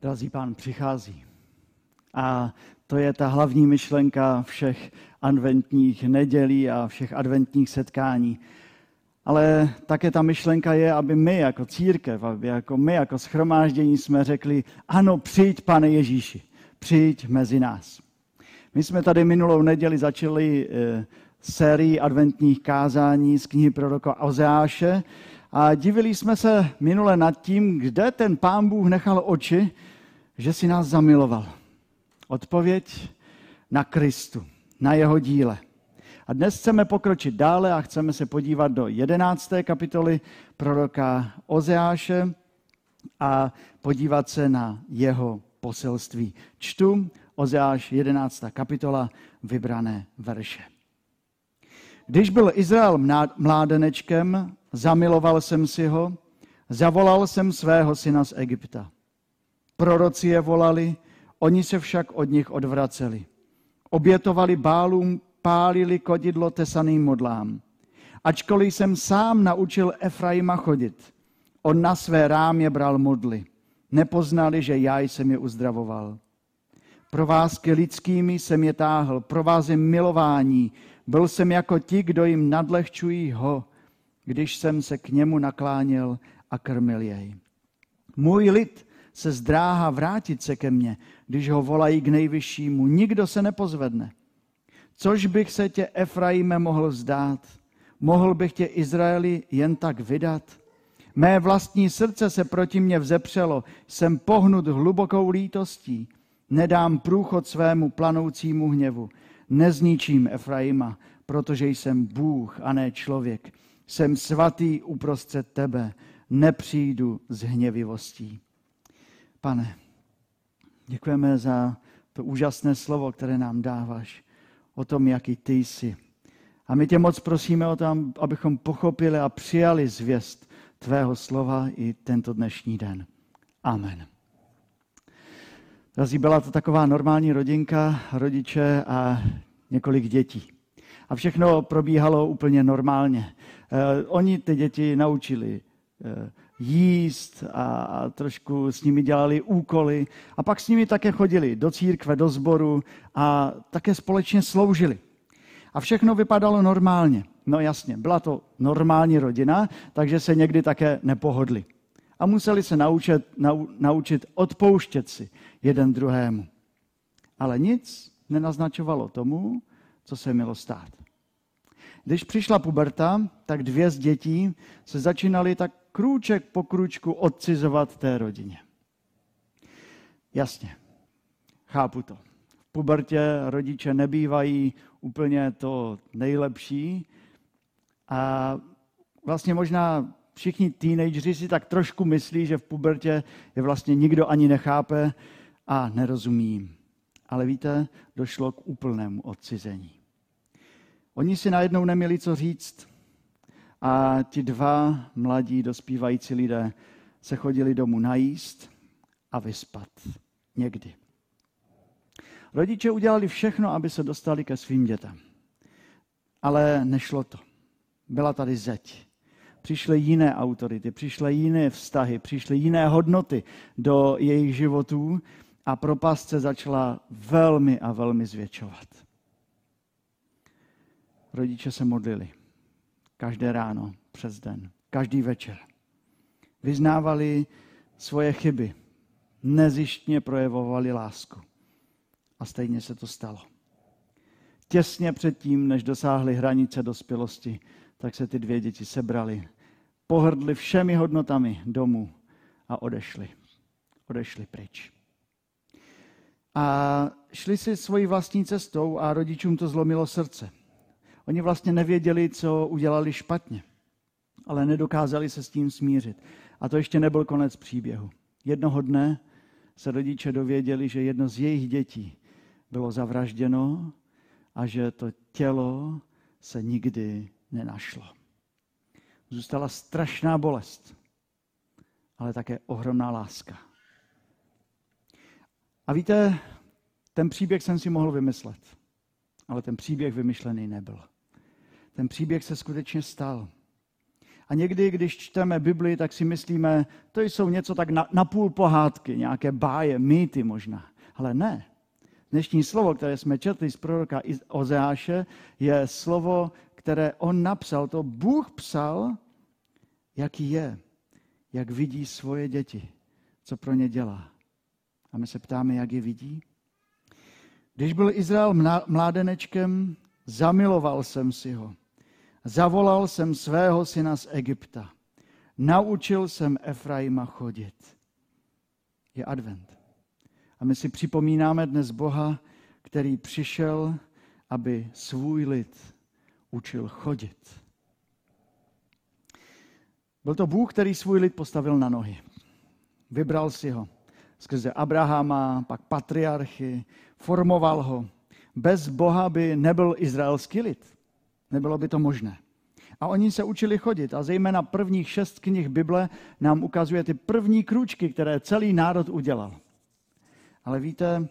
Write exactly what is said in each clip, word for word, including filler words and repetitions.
Drazí Pán přichází. A to je ta hlavní myšlenka všech adventních nedělí a všech adventních setkání. Ale také ta myšlenka je, aby my jako církev, aby jako my jako shromáždění jsme řekli, ano, přijď, Pane Ježíši, přijď mezi nás. My jsme tady minulou neděli začali e, sérii adventních kázání z knihy proroka Ozeáše a divili jsme se minule nad tím, kde ten Pán Bůh nechal oči, že si nás zamiloval. Odpověď na Kristu, na jeho díle. A dnes chceme pokročit dále a chceme se podívat do jedenácté kapitoly proroka Ozeáše a podívat se na jeho poselství. Čtu Ozeáš jedenáctá kapitola, vybrané verše. Když byl Izrael mládenečkem, zamiloval jsem si ho, zavolal jsem svého syna z Egypta. Proroci je volali, oni se však od nich odvraceli. Obětovali Bálům, pálili kodidlo tesaným modlám. Ačkoliv jsem sám naučil Efraima chodit, on na své rámě bral modly. Nepoznali, že já jsem je uzdravoval. Provázky lidskými jsem je táhl, provázy milování. Byl jsem jako ti, kdo jim nadlehčují ho, když jsem se k němu nakláněl a krmil jej. Můj lid se zdráhá vrátit se ke mně, když ho volají k nejvyššímu. Nikdo se nepozvedne. Což bych se tě, Efraime, mohl vzdát? Mohl bych tě, Izraeli, jen tak vydat? Mé vlastní srdce se proti mně vzepřelo, jsem pohnut hlubokou lítostí. Nedám průchod svému planoucímu hněvu. Nezničím Efraima, protože jsem Bůh a ne člověk. Jsem svatý uprostřed tebe, nepřijdu s hněvivostí. Pane, děkujeme za to úžasné slovo, které nám dáváš, o tom, jaký ty jsi. A my tě moc prosíme o tom, abychom pochopili a přijali zvěst tvého slova i tento dnešní den. Amen. Drazí, byla to taková normální rodinka, rodiče a několik dětí. A všechno probíhalo úplně normálně. Eh, oni ty děti naučili eh, jíst a, a trošku s nimi dělali úkoly a pak s nimi také chodili do církve, do sboru a také společně sloužili. A všechno vypadalo normálně. No jasně, byla to normální rodina, takže se někdy také nepohodli. A museli se naučit, nau, naučit odpouštět si jeden druhému. Ale nic nenaznačovalo tomu, co se mělo stát. Když přišla puberta, tak dvě z dětí se začínaly tak krůček po krůčku odcizovat té rodině. Jasně, chápu to. V pubertě rodiče nebývají úplně to nejlepší a vlastně možná všichni teenageři si tak trošku myslí, že v pubertě je vlastně nikdo ani nechápe a nerozumí jim. Ale víte, došlo k úplnému odcizení. Oni si najednou neměli co říct a ti dva mladí dospívající lidé se chodili domů najíst a vyspat. Někdy. Rodiče udělali všechno, aby se dostali ke svým dětem. Ale nešlo to. Byla tady zeď. Přišly jiné autority, přišly jiné vztahy, přišly jiné hodnoty do jejich životů a propast se začala velmi a velmi zvětšovat. Rodiče se modlili každé ráno přes den, každý večer. Vyznávali svoje chyby, nezištně projevovali lásku. A stejně se to stalo. Těsně předtím, než dosáhly hranice dospělosti, tak se ty dvě děti sebrali, pohrdli všemi hodnotami domů a odešli. Odešli pryč. A šli si svojí vlastní cestou a rodičům to zlomilo srdce. Oni vlastně nevěděli, co udělali špatně, ale nedokázali se s tím smířit. A to ještě nebyl konec příběhu. Jednoho dne se rodiče dověděli, že jedno z jejich dětí bylo zavražděno a že to tělo se nikdy nenašlo. Zůstala strašná bolest, ale také ohromná láska. A víte, ten příběh jsem si mohl vymyslet, ale ten příběh vymyšlený nebyl. Ten příběh se skutečně stal. A někdy, když čteme Bibli, tak si myslíme, to jsou něco tak na, na půl pohádky, nějaké báje, mýty možná. Ale ne. Dnešní slovo, které jsme četli z proroka Ozeáše, je slovo, které on napsal. To Bůh psal, jaký je, jak vidí svoje děti, co pro ně dělá. A my se ptáme, jak je vidí. Když byl Izrael mládenečkem, zamiloval jsem si ho. Zavolal jsem svého syna z Egypta. Naučil jsem Efraima chodit. Je advent. A my si připomínáme dnes Boha, který přišel, aby svůj lid učil chodit. Byl to Bůh, který svůj lid postavil na nohy. Vybral si ho skrze Abrahama, pak patriarchy, formoval ho. Bez Boha by nebyl izraelský lid. Nebylo by to možné. A oni se učili chodit. A zejména prvních šest knih Bible nám ukazuje ty první krůčky, které celý národ udělal. Ale víte,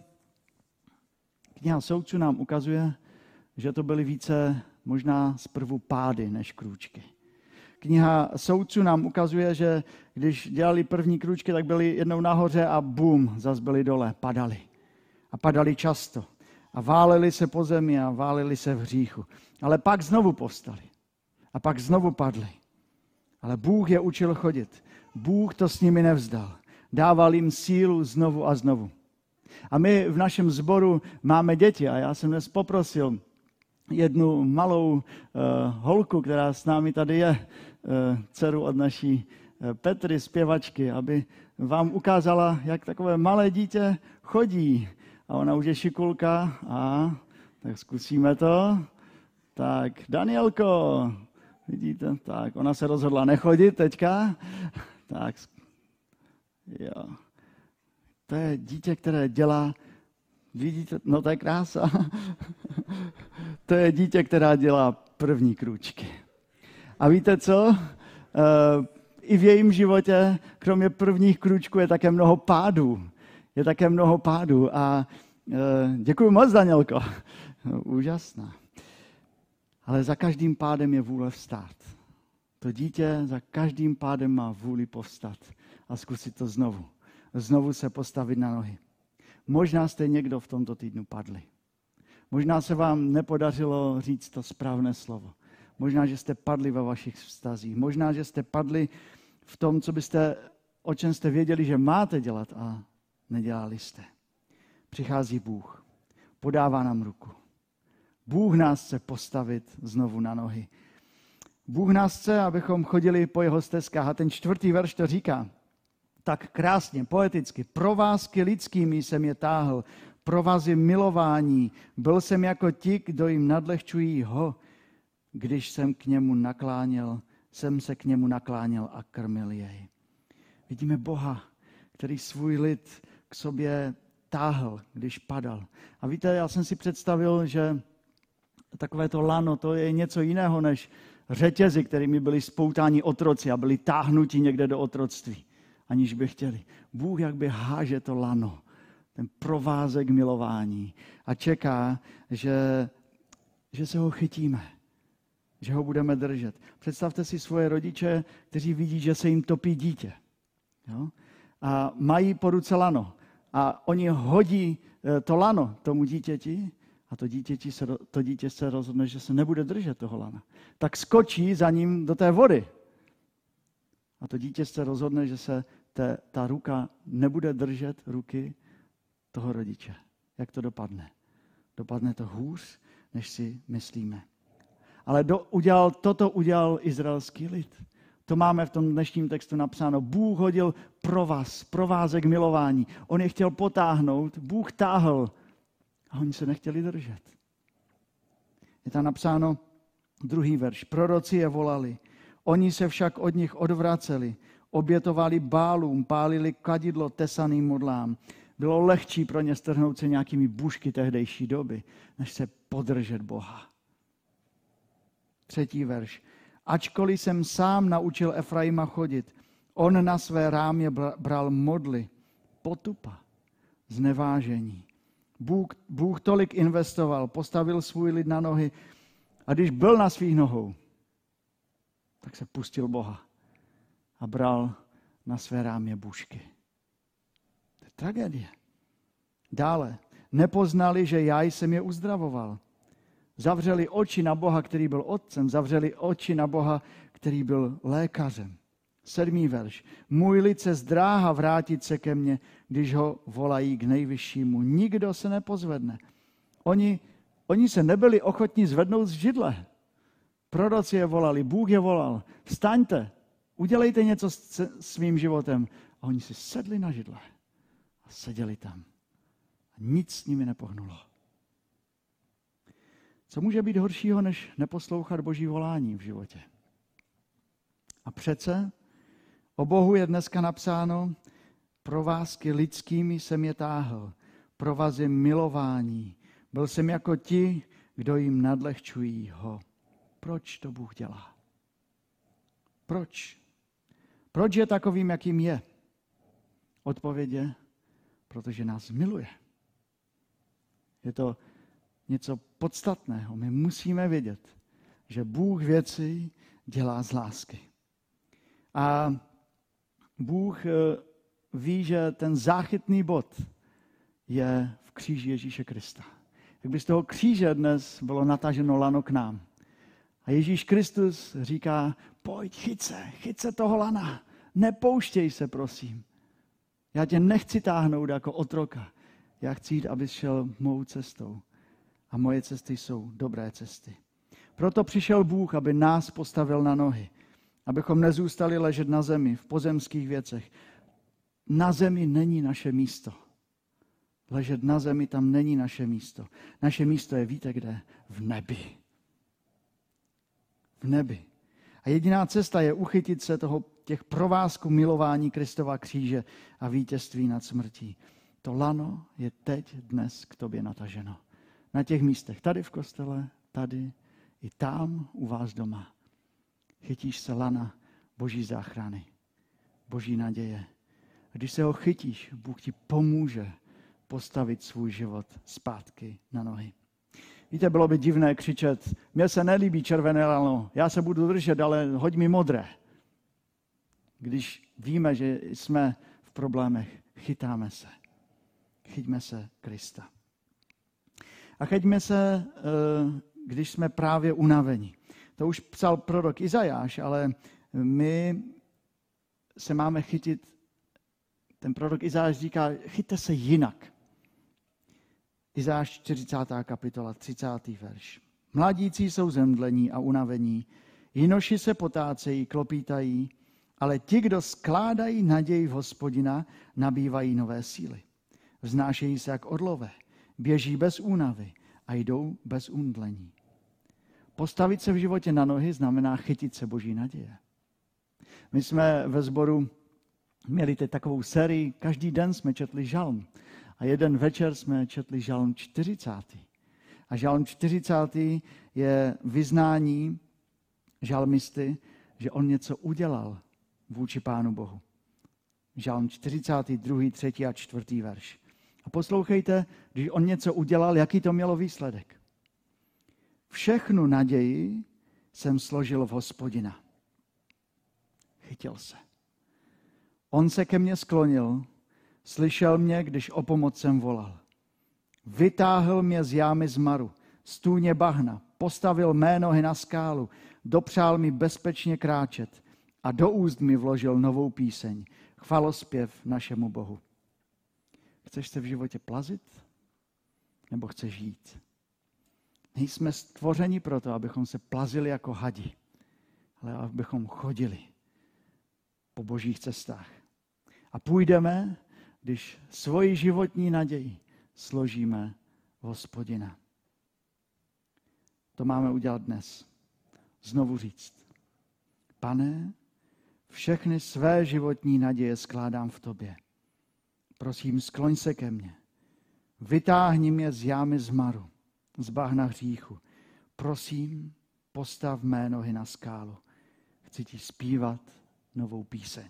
kniha Soudců nám ukazuje, že to byly více možná zprvu pády než krůčky. Kniha Soudců nám ukazuje, že když dělali první krůčky, tak byli jednou nahoře a bum, zas byli dole, padali. A padali často. A váleli se po zemi a váleli se v hříchu. Ale pak znovu povstali. A pak znovu padli. Ale Bůh je učil chodit. Bůh to s nimi nevzdal. Dával jim sílu znovu a znovu. A my v našem sboru máme děti a já jsem dnes poprosil jednu malou uh, holku, která s námi tady je, uh, dceru od naší uh, Petry, zpěvačky, aby vám ukázala, jak takové malé dítě chodí. A ona už je šikulka a tak zkusíme to. Tak, Danielko, vidíte, tak, ona se rozhodla nechodit teďka. Tak, jo. To je dítě, které dělá, vidíte, no to je krása. To je dítě, která dělá první krůčky. A víte co? I v jejím životě, kromě prvních krůčků, je také mnoho pádů. Je také mnoho pádů. A děkuji moc, Danielko. Úžasná. Ale za každým pádem je vůle vstát. To dítě za každým pádem má vůli povstat a zkusit to znovu. Znovu se postavit na nohy. Možná jste někdo v tomto týdnu padli. Možná se vám nepodařilo říct to správné slovo. Možná, že jste padli ve vašich vztazích. Možná, že jste padli v tom, co byste, o čem jste věděli, že máte dělat a nedělali jste. Přichází Bůh. Podává nám ruku. Bůh nás chce postavit znovu na nohy. Bůh nás chce, abychom chodili po jeho stezkách. A ten čtvrtý verš to říká tak krásně, poeticky. Provázky lidskými jsem je táhl, provazy milování. Byl jsem jako ti, kdo jim nadlehčují ho. Když jsem k němu nakláněl, jsem se k němu nakláněl a krmil jej. Vidíme Boha, který svůj lid k sobě táhl, když padal. A víte, já jsem si představil, že takové to lano, to je něco jiného než řetězy, kterými byli spoutáni otroci a byli táhnuti někde do otroctví, aniž by chtěli. Bůh jak by háže to lano, ten provázek milování a čeká, že, že se ho chytíme, že ho budeme držet. Představte si svoje rodiče, kteří vidí, že se jim topí dítě. Jo? A mají po ruce lano. A oni hodí to lano tomu dítěti a to, dítěti se, to dítě se rozhodne, že se nebude držet toho lana. Tak skočí za ním do té vody. A to dítě se rozhodne, že se te, ta ruka nebude držet ruky toho rodiče. Jak to dopadne? Dopadne to hůř, než si myslíme. Ale do, udělal, toto udělal izraelský lid. To máme v tom dnešním textu napsáno. Bůh hodil provaz, provázek milování. On je chtěl potáhnout, Bůh táhl a oni se nechtěli držet. Je tam napsáno druhý verš. Proroci je volali, oni se však od nich odvraceli, obětovali bálům, pálili kadidlo tesaným modlám. Bylo lehčí pro ně strhnout se nějakými bušky tehdejší doby, než se podržet Boha. Třetí verš. Ačkoliv jsem sám naučil Efraima chodit, on na své rámě bral modly, potupa, znevážení. Bůh, Bůh tolik investoval, postavil svůj lid na nohy a když byl na svých nohou, tak se pustil Boha a bral na své rámě bušky. To je tragédie. Dále, nepoznali, že já jsem je uzdravoval. Zavřeli oči na Boha, který byl otcem, zavřeli oči na Boha, který byl lékařem. Sedmý verš. Můj lid se zdráhá vrátit se ke mně, když ho volají k nejvyššímu. Nikdo se nepozvedne. Oni, oni se nebyli ochotní zvednout z židle. Proroci je volali, Bůh je volal. Vstaňte, udělejte něco s svým životem. A oni si sedli na židle a seděli tam. A nic s nimi nepohnulo. Co může být horšího, než neposlouchat Boží volání v životě? A přece o Bohu je dneska napsáno, provázky lidskými jsem je táhl, provazy milování. Byl jsem jako ti, kdo jim nadlehčují ho. Proč to Bůh dělá? Proč? Proč je takovým, jakým je? Odpověď je, protože nás miluje. Je to něco podstatného. My musíme vědět, že Bůh věci dělá z lásky. A Bůh ví, že ten záchytný bod je v kříži Ježíše Krista. Jak by z toho kříže dnes bylo nataženo lano k nám. A Ježíš Kristus říká, pojď, chyť se, chyť se toho lana, nepouštěj se, prosím. Já tě nechci táhnout jako otroka. Já chci jít, abys šel mou cestou. A moje cesty jsou dobré cesty. Proto přišel Bůh, aby nás postavil na nohy. Abychom nezůstali ležet na zemi, v pozemských věcech. Na zemi není naše místo. Ležet na zemi, tam není naše místo. Naše místo je, víte kde? V nebi. V nebi. A jediná cesta je uchytit se toho, těch provázků milování Kristova kříže a vítězství nad smrtí. To lano je teď, dnes k tobě nataženo. Na těch místech, tady v kostele, tady i tam u vás doma. Chytíš se lana Boží záchrany, Boží naděje. A když se ho chytíš, Bůh ti pomůže postavit svůj život zpátky na nohy. Víte, bylo by divné křičet, mně se nelíbí červené lano, já se budu držet, ale hoď mi modré. Když víme, že jsme v problémech, chytáme se. Chyťme se Krista. A chyťme se, když jsme právě unaveni. To už psal prorok Izajáš, ale my se máme chytit, ten prorok Izajáš říká, chyťte se jinak. Izajáš čtyřicátá kapitola, třicátý verš. Mladící jsou zemdlení a unavení, jinoši se potácejí, klopítají, ale ti, kdo skládají naději v Hospodina, nabývají nové síly. Vznášejí se jak orlové, běží bez únavy a jdou bez umdlení. Postavit se v životě na nohy znamená chytit se Boží naděje. My jsme ve sboru měli teď takovou sérii, každý den jsme četli žalm. A jeden večer jsme četli žalm čtyřicátý. A žalm čtyřicátý je vyznání žalmisty, že on něco udělal vůči Pánu Bohu. Žalm čtyřicátý druhý, třetí a čtvrtý verš. A poslouchejte, když on něco udělal, jaký to mělo výsledek. Všechnu naději jsem složil v Hospodina. Chytil se. On se ke mně sklonil, slyšel mě, když o pomoc jsem volal. Vytáhl mě z jámy zmaru, z tůně bahna, postavil mé nohy na skálu, dopřál mi bezpečně kráčet a do úst mi vložil novou píseň, chvalospěv našemu Bohu. Chceš se v životě plazit? Nebo chceš jít? Nejsme stvořeni proto, abychom se plazili jako hadi, ale abychom chodili po Božích cestách. A půjdeme, když svoji životní naději složíme v Hospodina. To máme udělat dnes. Znovu říct. Pane, všechny své životní naděje skládám v tobě. Prosím, skloň se ke mně. Vytáhni mě z jámy zmaru, z bahna hříchu. Prosím, postav mé nohy na skálu. Chci ti zpívat novou píseň.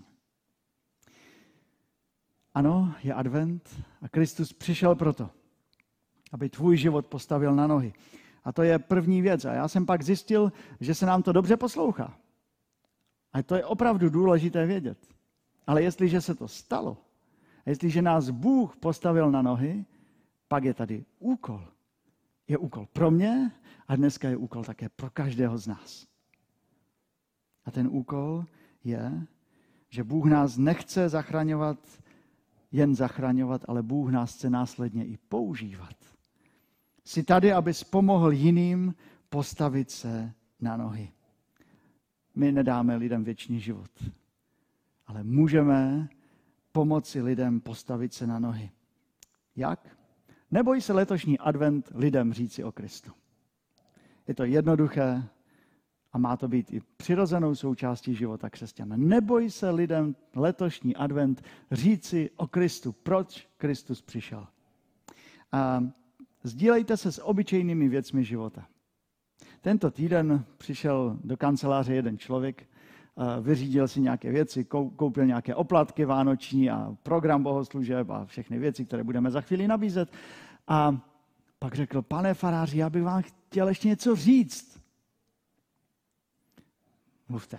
Ano, je advent a Kristus přišel proto, aby tvůj život postavil na nohy. A to je první věc. A já jsem pak zjistil, že se nám to dobře poslouchá. A to je opravdu důležité vědět. Ale jestliže se to stalo, a jestliže nás Bůh postavil na nohy, pak je tady úkol. Je úkol pro mě a dneska je úkol také pro každého z nás. A ten úkol je, že Bůh nás nechce zachraňovat, jen zachraňovat, ale Bůh nás chce následně i používat. Jsi tady, abys pomohl jiným postavit se na nohy. My nedáme lidem věčný život, ale můžeme pomoci lidem postavit se na nohy. Jak? Neboj se letošní advent lidem říci o Kristu. Je to jednoduché a má to být i přirozenou součástí života křesťana. Neboj se lidem letošní advent říci o Kristu. Proč Kristus přišel? A sdílejte se s obyčejnými věcmi života. Tento týden přišel do kanceláře jeden člověk, vyřídil si nějaké věci, koupil nějaké oplatky vánoční a program bohoslužeb a všechny věci, které budeme za chvíli nabízet. A pak řekl, pane faráři, já bych vám chtěl ještě něco říct. Mluvte.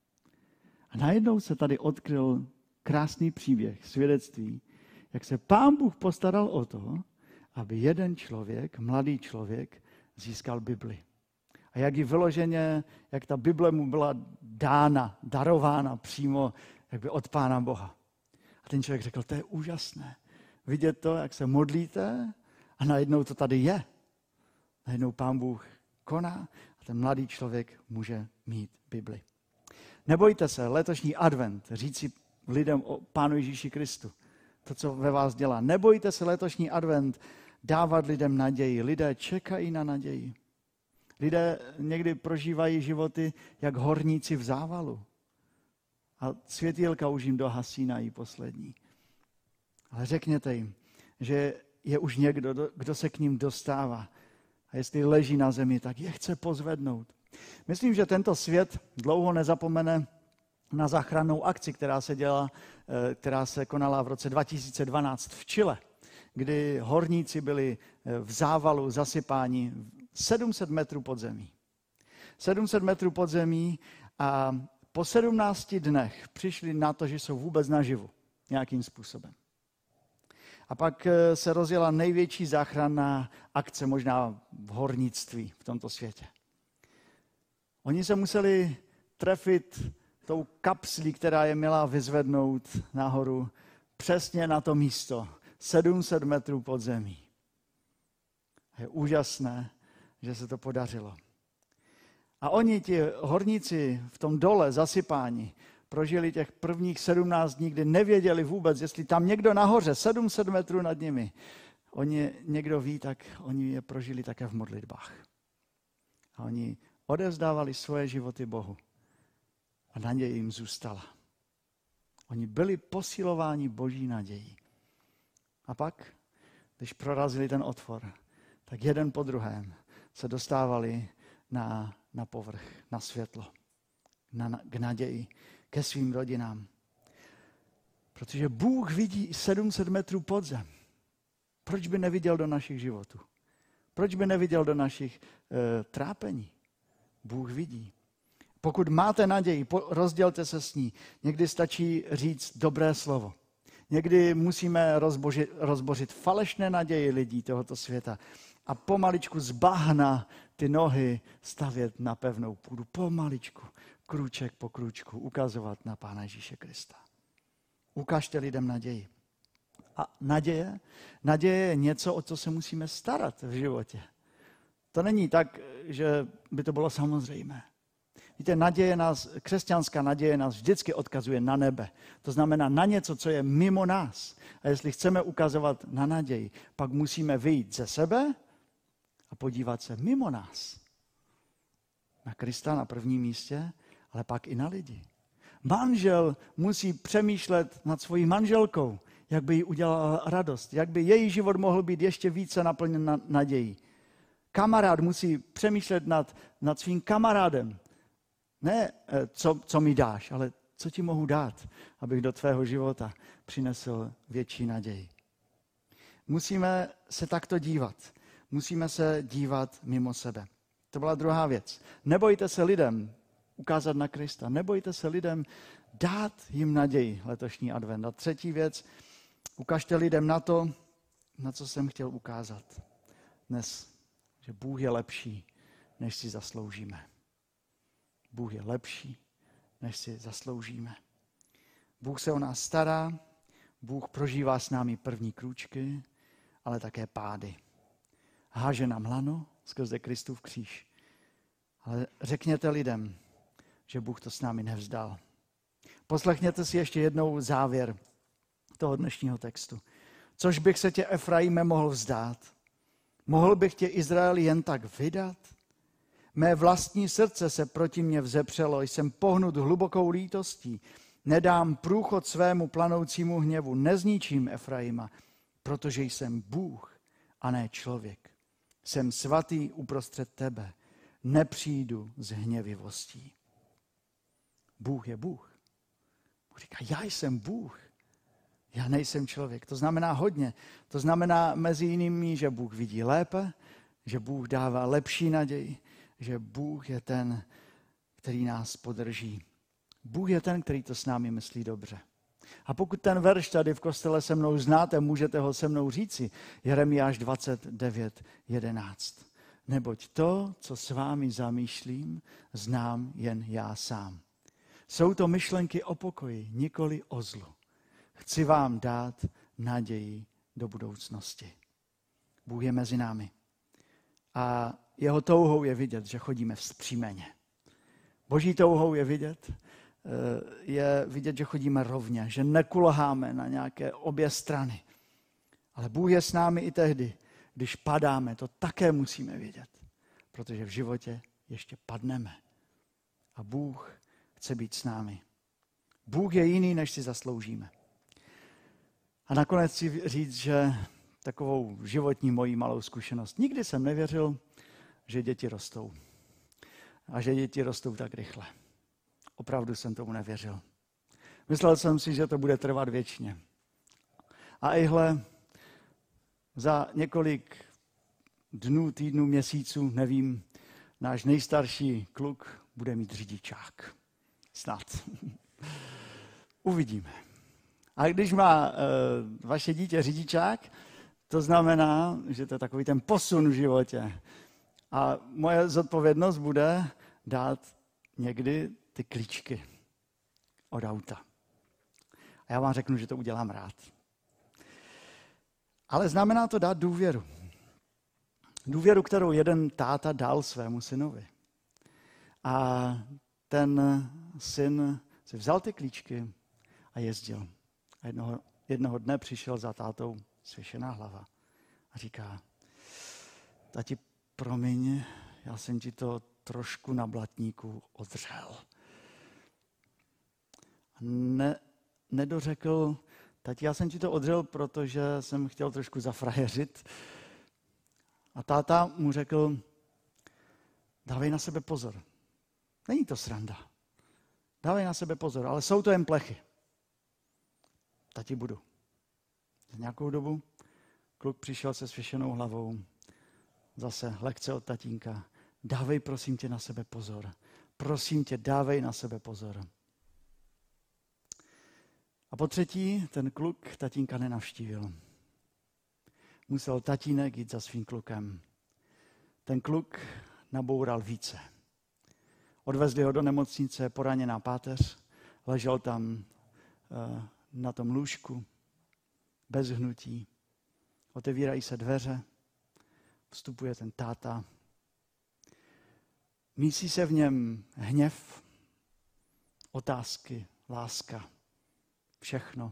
A najednou se tady odkryl krásný příběh, svědectví, jak se Pán Bůh postaral o to, aby jeden člověk, mladý člověk, získal Bibli. A jak ji vyloženě, jak ta Bible mu byla dána, darována přímo jakby od Pána Boha. A ten člověk řekl, to je úžasné. Vidět to, jak se modlíte a najednou to tady je. Najednou Pán Bůh koná a ten mladý člověk může mít Bibli. Nebojte se, letošní advent, říci lidem o Pánu Ježíši Kristu, to, co ve vás dělá. Nebojte se letošní advent dávat lidem naději. Lidé čekají na naději. Lidé někdy prožívají životy jak horníci v závalu. A světýlka už jim dohasínají poslední. Ale řekněte jim, že je už někdo, kdo se k ním dostává. A jestli leží na zemi, tak je chce pozvednout. Myslím, že tento svět dlouho nezapomene na záchrannou akci, která se, děla, která se konala v roce dva tisíce dvanáct v Chile, kdy horníci byli v závalu zasypáni sedm set metrů pod zemí. sedm set metrů pod zemí a po sedmnácti dnech přišli na to, že jsou vůbec naživu nějakým způsobem. A pak se rozjela největší záchranná akce možná v hornictví v tomto světě. Oni se museli trefit tou kapslí, která je měla vyzvednout nahoru, přesně na to místo, sedm set metrů pod zemí. Je úžasné, že se to podařilo. A oni, ti horníci v tom dole zasypání, prožili těch prvních sedmnáct dní, kdy nevěděli vůbec, jestli tam někdo nahoře, sedm set metrů nad nimi, oni někdo ví, tak oni je prožili také v modlitbách. A oni odevzdávali svoje životy Bohu. A naděje jim zůstala. Oni byli posilováni Boží nadějí. A pak, když prorazili ten otvor, tak jeden po druhém se dostávali na, na povrch, na světlo, na, k naději, ke svým rodinám. Protože Bůh vidí sedm set metrů pod zem. Proč by neviděl do našich životů? Proč by neviděl do našich e, trápení? Bůh vidí. Pokud máte naději, rozdělte se s ní. Někdy stačí říct dobré slovo. Někdy musíme rozbožit, rozbořit falešné naděje lidí tohoto světa a pomaličku z bahna ty nohy stavět na pevnou půdu. Pomaličku, krůček po krůčku, ukazovat na Pána Ježíše Krista. Ukažte lidem naději. A naděje? Naděje je něco, o co se musíme starat v životě. To není tak, že by to bylo samozřejmé. Víte, naděje nás, křesťanská naděje nás vždycky odkazuje na nebe. To znamená na něco, co je mimo nás. A jestli chceme ukazovat na naději, pak musíme vyjít ze sebe a podívat se mimo nás. Na Krista na prvním místě, ale pak i na lidi. Manžel musí přemýšlet nad svojí manželkou, jak by jí udělala radost, jak by její život mohl být ještě více naplněn na nadějí. Kamarád musí přemýšlet nad, nad svým kamarádem. Ne, co, co mi dáš, ale co ti mohu dát, abych do tvého života přinesl větší naději. Musíme se takto dívat. Musíme se dívat mimo sebe. To byla druhá věc. Nebojte se lidem ukázat na Krista. Nebojte se lidem dát jim naději letošní advent. A třetí věc, ukažte lidem na to, na co jsem chtěl ukázat dnes, že Bůh je lepší, než si zasloužíme. Bůh je lepší, než si zasloužíme. Bůh se o nás stará, Bůh prožívá s námi první krůčky, ale také pády. Háže nám lano skrze Kristův kříž. Ale řekněte lidem, že Bůh to s námi nevzdal. Poslechněte si ještě jednou závěr toho dnešního textu. Což bych se tě, Efraime, mohl vzdát? Mohl bych tě, Izraeli, jen tak vydat? Mé vlastní srdce se proti mně vzepřelo, jsem pohnut hlubokou lítostí. Nedám průchod svému planoucímu hněvu, nezničím Efraima, protože jsem Bůh a ne člověk. Jsem svatý uprostřed tebe, nepřijdu s hněvivostí. Bůh je Bůh. Bůh říká, já jsem Bůh, já nejsem člověk. To znamená hodně. To znamená mezi jinými, že Bůh vidí lépe, že Bůh dává lepší naději, že Bůh je ten, který nás podrží. Bůh je ten, který to s námi myslí dobře. A pokud ten verš tady v kostele se mnou znáte, můžete ho se mnou říci. Jeremiáš dvacet devět jedenáct. Neboť to, co s vámi zamýšlím, znám jen já sám. Jsou to myšlenky o pokoji, nikoli o zlu. Chci vám dát naději do budoucnosti. Bůh je mezi námi. A jeho touhou je vidět, že chodíme vzpřímeně. Boží touhou je vidět, je vidět, že chodíme rovně, že nekulháme na nějaké obě strany. Ale Bůh je s námi i tehdy, když padáme, to také musíme vědět, protože v životě ještě padneme. A Bůh chce být s námi. Bůh je jiný, než si zasloužíme. A nakonec chci říct, že takovou životní mojí malou zkušenost. Nikdy jsem nevěřil, že děti rostou. A že děti rostou tak rychle. Opravdu jsem tomu nevěřil. Myslel jsem si, že to bude trvat věčně. A ihle za několik dnů, týdnů, měsíců, nevím, náš nejstarší kluk bude mít řidičák. Snad. Uvidíme. A když má e, vaše dítě řidičák, to znamená, že to je takový ten posun v životě. A moje zodpovědnost bude dát někdy ty klíčky od auta. A já vám řeknu, že to udělám rád. Ale znamená to dát důvěru. Důvěru, kterou jeden táta dal svému synovi. A ten syn si vzal ty klíčky a jezdil. A jednoho, jednoho dne přišel za tátou svěšená hlava a říká, tati, promiň, já jsem ti to trošku na blatníku odřel. Ne, nedořekl, tati, já jsem ti to odřel, protože jsem chtěl trošku zafrajeřit. A táta mu řekl, dávej na sebe pozor. Není to sranda. Dávej na sebe pozor, ale jsou to jen plechy. Tati, budu. Za nějakou dobu kluk přišel se svěšenou hlavou. Zase lekce od tatínka. Dávej, prosím tě, na sebe pozor. Prosím tě, dávej na sebe pozor. A po třetí, ten kluk tatínka nenavštívil. Musel tatínek jít za svým klukem. Ten kluk naboural více. Odvezli ho do nemocnice, poraněná páteř, ležel tam uh, na tom lůžku, bez hnutí. Otevírají se dveře, vstupuje ten táta. Mísí se v něm hněv, otázky, láska, všechno.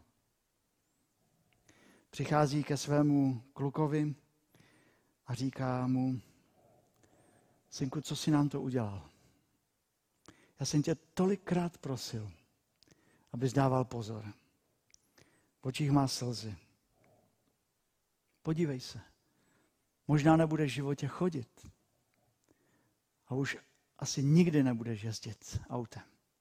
Přichází ke svému klukovi a říká mu, synku, co jsi nám to udělal? Já jsem tě tolikrát prosil, abys dával pozor. V očích má slzy. Podívej se. Možná nebudeš v životě chodit. A už asi nikdy nebudeš jezdit autem.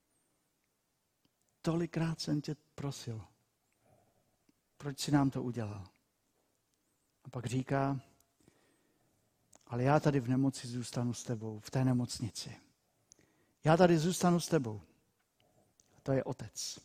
Tolikrát jsem tě prosil. Proč jsi nám to udělal? A pak říká, ale já tady v nemoci zůstanu s tebou, v té nemocnici. Já tady zůstanu s tebou. To je Otec.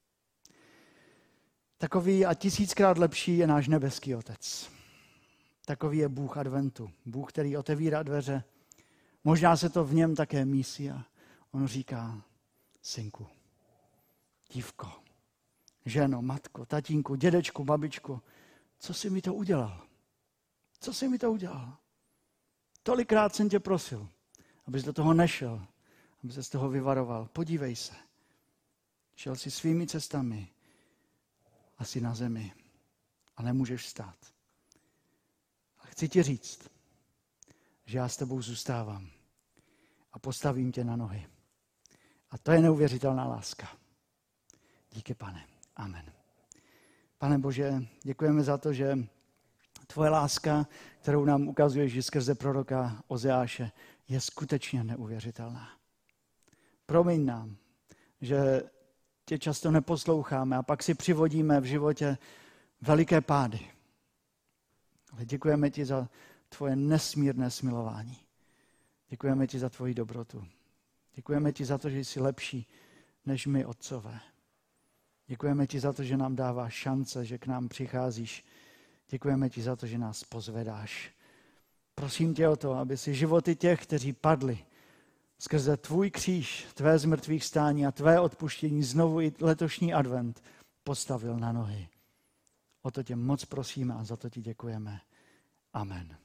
Takový a tisíckrát lepší je náš nebeský Otec. Takový je Bůh adventu. Bůh, který otevírá dveře. Možná se to v něm také mísí a on říká, synku, dívko, ženo, matko, tatínku, dědečku, babičku, co jsi mi to udělal? Co jsi mi to udělal? Tolikrát jsem tě prosil, abys do toho nešel, aby se z toho vyvaroval. Podívej se. Šel jsi svými cestami, asi na zemi a nemůžeš vstát. Ale chci ti říct, že já s tebou zůstávám a postavím tě na nohy. A to je neuvěřitelná láska. Díky, Pane. Amen. Pane Bože, děkujeme za to, že tvoje láska, kterou nám ukazuješ skrze proroka Ozeáše, je skutečně neuvěřitelná. Promiň nám, že tě často neposloucháme a pak si přivodíme v životě veliké pády. Ale děkujeme ti za tvoje nesmírné smilování. Děkujeme ti za tvoji dobrotu. Děkujeme ti za to, že jsi lepší než my, otcové. Děkujeme ti za to, že nám dáváš šance, že k nám přicházíš. Děkujeme ti za to, že nás pozvedáš. Prosím tě o to, aby si životy těch, kteří padli, skrze tvůj kříž, tvé zmrtvých stání a tvé odpuštění znovu i letošní advent postavil na nohy. O to tě moc prosíme a za to ti děkujeme. Amen.